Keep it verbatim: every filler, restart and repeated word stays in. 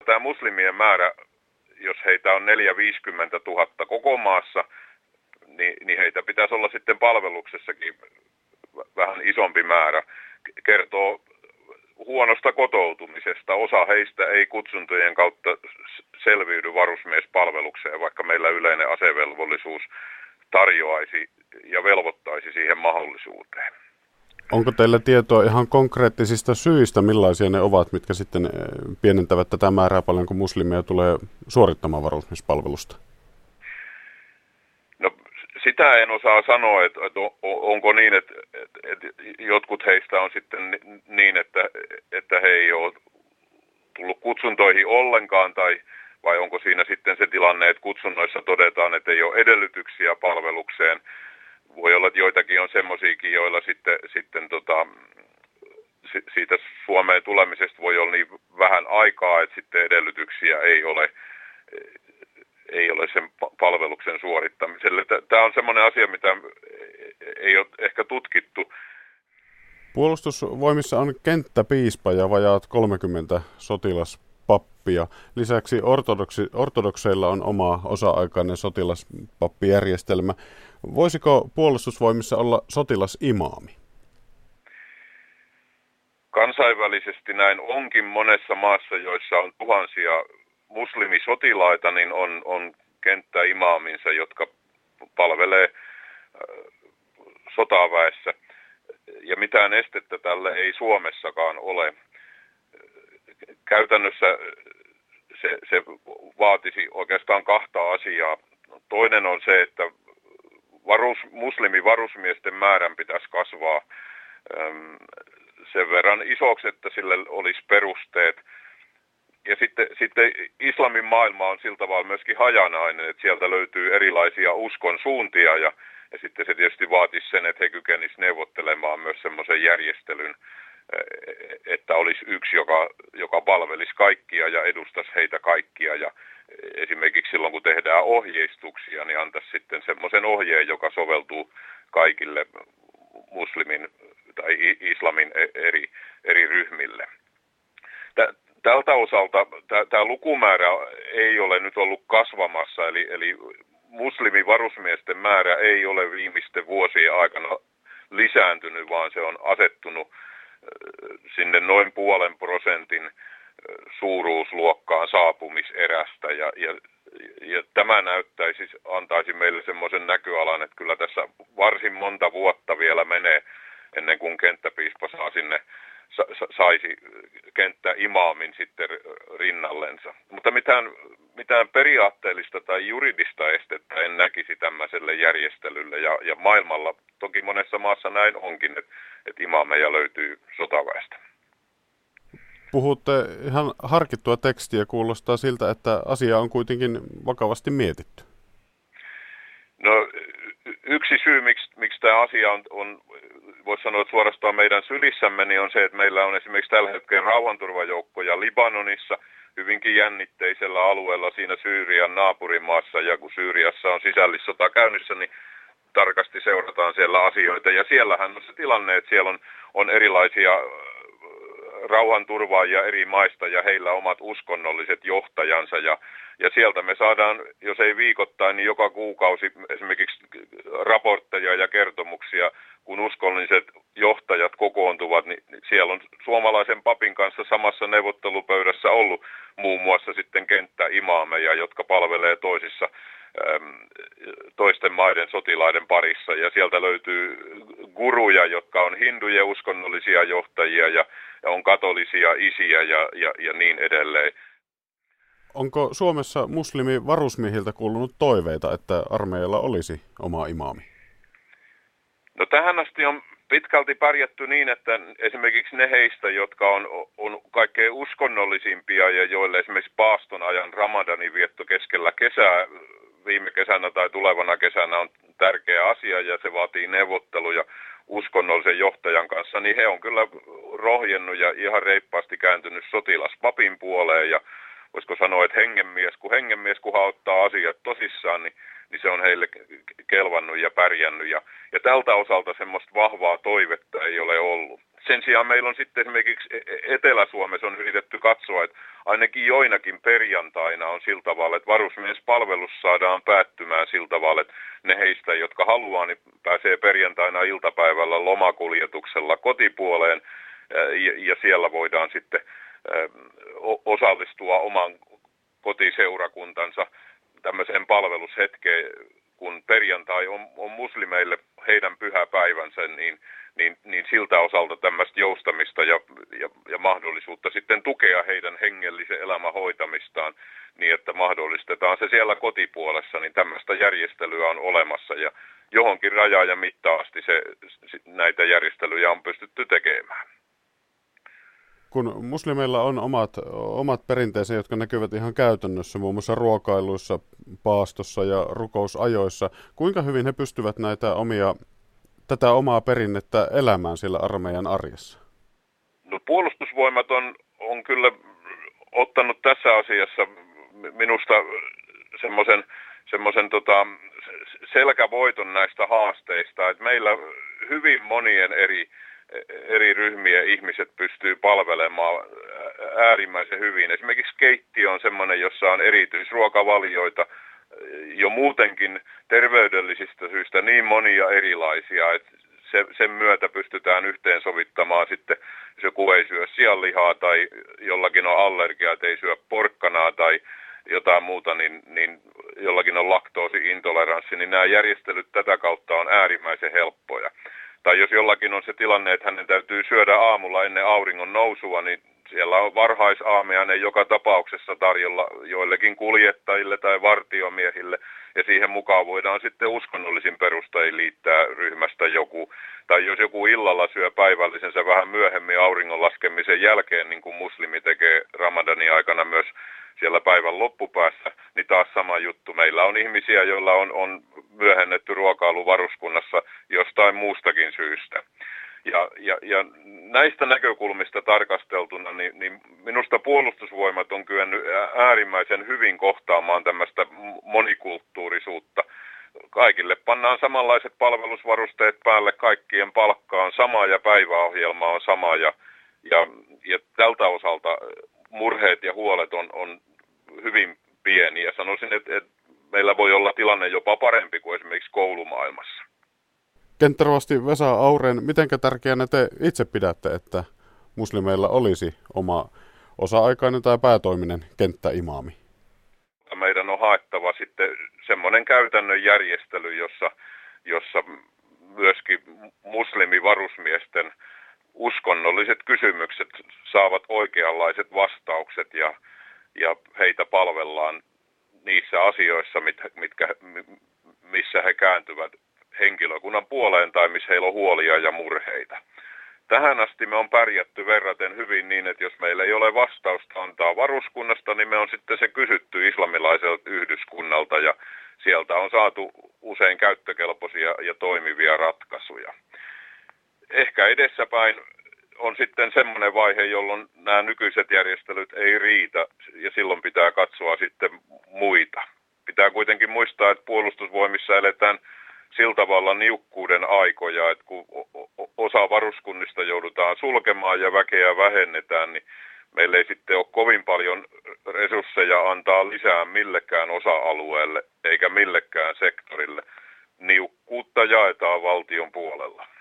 tämä muslimien määrä, jos heitä on neljä viisikymmentä tuhatta koko maassa, niin, niin heitä pitäisi olla sitten palveluksessakin vähän isompi määrä. Kertoo huonosta kotoutumisesta. Osa heistä ei kutsuntojen kautta selviydy varusmiespalvelukseen, vaikka meillä yleinen asevelvollisuus tarjoaisi ja velvoittaisi siihen mahdollisuuteen. Onko teillä tietoa ihan konkreettisista syistä, millaisia ne ovat, mitkä sitten pienentävät tätä määrää paljon, kun muslimeja tulee suorittamaan varusmiespalvelusta? No sitä en osaa sanoa, että, että onko niin, että, että jotkut heistä on sitten niin, että, että he ei ole tullut kutsuntoihin ollenkaan, tai vai onko siinä sitten se tilanne, että kutsunnoissa todetaan, että ei ole edellytyksiä palvelukseen. Voi olla, että joitakin on semmoisiakin, joilla sitten, sitten tota, siitä Suomeen tulemisesta voi olla niin vähän aikaa, että sitten edellytyksiä ei ole, ei ole sen palveluksen suorittamiselle. Tämä on semmoinen asia, mitä ei ole ehkä tutkittu. Puolustusvoimissa on kenttäpiispa ja vajaat kolmekymmentä sotilaspappia. Lisäksi ortodoksi, ortodokseilla on oma osa-aikainen sotilaspappijärjestelmä. Voisiko puolustusvoimissa olla sotilasimaami? Kansainvälisesti näin onkin monessa maassa, joissa on tuhansia muslimisotilaita, niin on, on kenttäimaaminsa, jotka palvelee sotaväessä. Ja mitään estettä tälle ei Suomessakaan ole. Käytännössä se, se vaatisi oikeastaan kahta asiaa. Toinen on se, että varus, muslimivarusmiesten määrän pitäisi kasvaa äm, sen verran isoksi, että sille olisi perusteet. Ja sitten, sitten islamin maailma on sillä tavalla myöskin hajanainen, että sieltä löytyy erilaisia uskon suuntia ja, ja sitten se tietysti vaatisi sen, että he kykenisivät neuvottelemaan myös semmoisen järjestelyn, että olisi yksi, joka, joka palvelisi kaikkia ja edustaisi heitä kaikkia ja esimerkiksi silloin, kun tehdään ohjeistuksia, niin antaisi sitten semmoisen ohjeen, joka soveltuu kaikille muslimin tai islamin eri, eri ryhmille. Tältä osalta tämä lukumäärä ei ole nyt ollut kasvamassa, eli, eli muslimivarusmiesten määrä ei ole viimeisten vuosien aikana lisääntynyt, vaan se on asettunut sinne noin puolen prosentin suuruusluokkaan saapumiserästä ja, ja, ja tämä näyttäisi, antaisi meille semmoisen näköalan, että kyllä tässä varsin monta vuotta vielä menee ennen kuin kenttäpiispa saa sinne, sa, saisi kenttäimaamin sitten rinnallensa. Mutta mitään, mitään periaatteellista tai juridista estettä en näkisi tämmöiselle järjestelylle ja, ja maailmalla toki monessa maassa näin onkin, että, että imaameja löytyy sotaväestä. Puhutte ihan harkittua tekstiä, kuulostaa siltä, että asia on kuitenkin vakavasti mietitty. No yksi syy, miksi, miksi tämä asia on, on voisi sanoa, että suorastaan meidän sylissämme, niin on se, että meillä on esimerkiksi tällä hetkellä rauhanturvajoukkoja Libanonissa hyvinkin jännitteisellä alueella siinä Syyrian naapurimaassa, ja kun Syyriassa on sisällissota käynnissä, niin tarkasti seurataan siellä asioita. Ja siellähän on se tilanne, että siellä on, on erilaisia rauhanturvaajia eri maista ja heillä omat uskonnolliset johtajansa ja, ja sieltä me saadaan, jos ei viikoittain, niin joka kuukausi esimerkiksi raportteja ja kertomuksia, kun uskonnolliset johtajat kokoontuvat, niin siellä on suomalaisen papin kanssa samassa neuvottelupöydässä ollut muun muassa sitten kenttäimaameja, jotka palvelee toisissa toisten maiden sotilaiden parissa ja sieltä löytyy guruja, jotka on hindujen uskonnollisia johtajia ja, ja on katolisia isiä ja, ja, ja niin edelleen. Onko Suomessa muslimivarusmiehiltä kuulunut toiveita, että armeijalla olisi oma imaami? No tähän asti on pitkälti pärjätty niin, että esimerkiksi ne heistä, jotka on, on kaikkein uskonnollisimpia ja joille esimerkiksi paaston ajan ramadanin vietto keskellä kesää viime kesänä tai tulevana kesänä on tärkeä asia ja se vaatii neuvotteluja uskonnollisen johtajan kanssa, niin he on kyllä rohjennut ja ihan reippaasti kääntynyt sotilaspapin puoleen ja voisiko sanoa, että hengenmies, kun hengenmies kunhan ottaa asiat tosissaan, niin, niin se on heille kelvannut ja pärjännyt ja, ja tältä osalta semmoista vahvaa toivetta ei ole ollut. sen sijaan meillä on sitten esimerkiksi Etelä-Suomessa on yritetty katsoa, että ainakin joinakin perjantaina on sillä tavalla, että varusmiespalvelus saadaan päättymään sillä tavalla, että ne heistä, jotka haluaa, niin pääsee perjantaina iltapäivällä lomakuljetuksella kotipuoleen ja, ja siellä voidaan sitten osallistua oman kotiseurakuntansa tämmöiseen palvelushetkeen, kun perjantai on, on muslimeille heidän pyhäpäivänsä, niin, niin, niin siltä osalta tämmöistä joustamista ja, ja, ja mahdollisuutta sitten tukea heidän hengellisen elämän hoitamistaan niin, että mahdollistetaan se siellä kotipuolessa, niin tämmöistä järjestelyä on olemassa ja johonkin rajaan ja mittaan asti se, näitä järjestelyjä on pystytty tekemään. Kun muslimeilla on omat, omat perinteensä, jotka näkyvät ihan käytännössä, muun muassa ruokailuissa, paastossa ja rukousajoissa, kuinka hyvin he pystyvät näitä omia, tätä omaa perinnettä elämään siellä armeijan arjessa? No, puolustusvoimat on, on kyllä ottanut tässä asiassa minusta semmoisen semmoisen tota, selkävoiton näistä haasteista, että meillä hyvin monien eri eri ryhmien ihmiset pystyy palvelemaan äärimmäisen hyvin. Esimerkiksi keittiö on semmoinen, jossa on erityisruokavalioita jo muutenkin terveydellisistä syistä niin monia erilaisia, että se, sen myötä pystytään yhteensovittamaan sitten, jos joku ei syö sianlihaa tai jollakin on allergia, että ei syö porkkanaa tai jotain muuta, niin, niin jollakin on laktoosiintoleranssi, niin nämä järjestelyt tätä kautta on äärimmäisen helppoja. Tai jos jollakin on se tilanne, että hänen täytyy syödä aamulla ennen auringon nousua, niin siellä on varhaisaamiainen joka tapauksessa tarjolla joillekin kuljettajille tai vartiomiehille. Ja siihen mukaan voidaan sitten uskonnollisin perustein liittää ryhmästä joku. Tai jos joku illalla syö päivällisensä vähän myöhemmin auringon laskemisen jälkeen, niin kuin muslimi tekee Ramadanin aikana myös siellä päivän loppupäässä, niin taas sama juttu. Meillä on ihmisiä, joilla on, on myöhennetty ruokailu varuskunnassa jostain muustakin syystä. Ja, ja, ja näistä näkökulmista tarkasteltuna, niin, niin minusta puolustusvoimat on kyennyt äärimmäisen hyvin kohtaamaan tämmöistä monikulttuurisuutta. Kaikille pannaan samanlaiset palvelusvarusteet päälle, kaikkien palkka on sama ja päiväohjelma on sama. Ja, ja, ja tältä osalta murheet ja huolet on, on hyvin pieniä. Sanoisin, että, että meillä voi olla tilanne jopa parempi kuin esimerkiksi koulumaailmassa. Kenttärovasti Vesa Auren, mitenkä tärkeänä te itse pidätte, että muslimeilla olisi oma osa-aikainen tai päätoiminen kenttäimaami? Meidän on haettava sitten semmoinen käytännön järjestely, jossa, jossa myöskin muslimivarusmiesten uskonnolliset kysymykset saavat oikeanlaiset vastaukset ja, ja heitä palvellaan niissä asioissa, mitkä, missä he kääntyvät henkilökunnan puoleen tai missä heillä on huolia ja murheita. Tähän asti me on pärjätty verraten hyvin niin, että jos meillä ei ole vastausta antaa varuskunnasta, niin me on sitten se kysytty islamilaiselta yhdyskunnalta ja sieltä on saatu usein käyttökelpoisia ja toimivia ratkaisuja. Ehkä edessäpäin on sitten semmoinen vaihe, jolloin nämä nykyiset järjestelyt ei riitä ja silloin pitää katsoa sitten muita. Pitää kuitenkin muistaa, että puolustusvoimissa eletään sillä tavalla niukkuuden aikoja, että kun osa varuskunnista joudutaan sulkemaan ja väkeä vähennetään, niin meillä ei sitten ole kovin paljon resursseja antaa lisää millekään osa-alueelle eikä millekään sektorille. Niukkuutta jaetaan valtion puolella.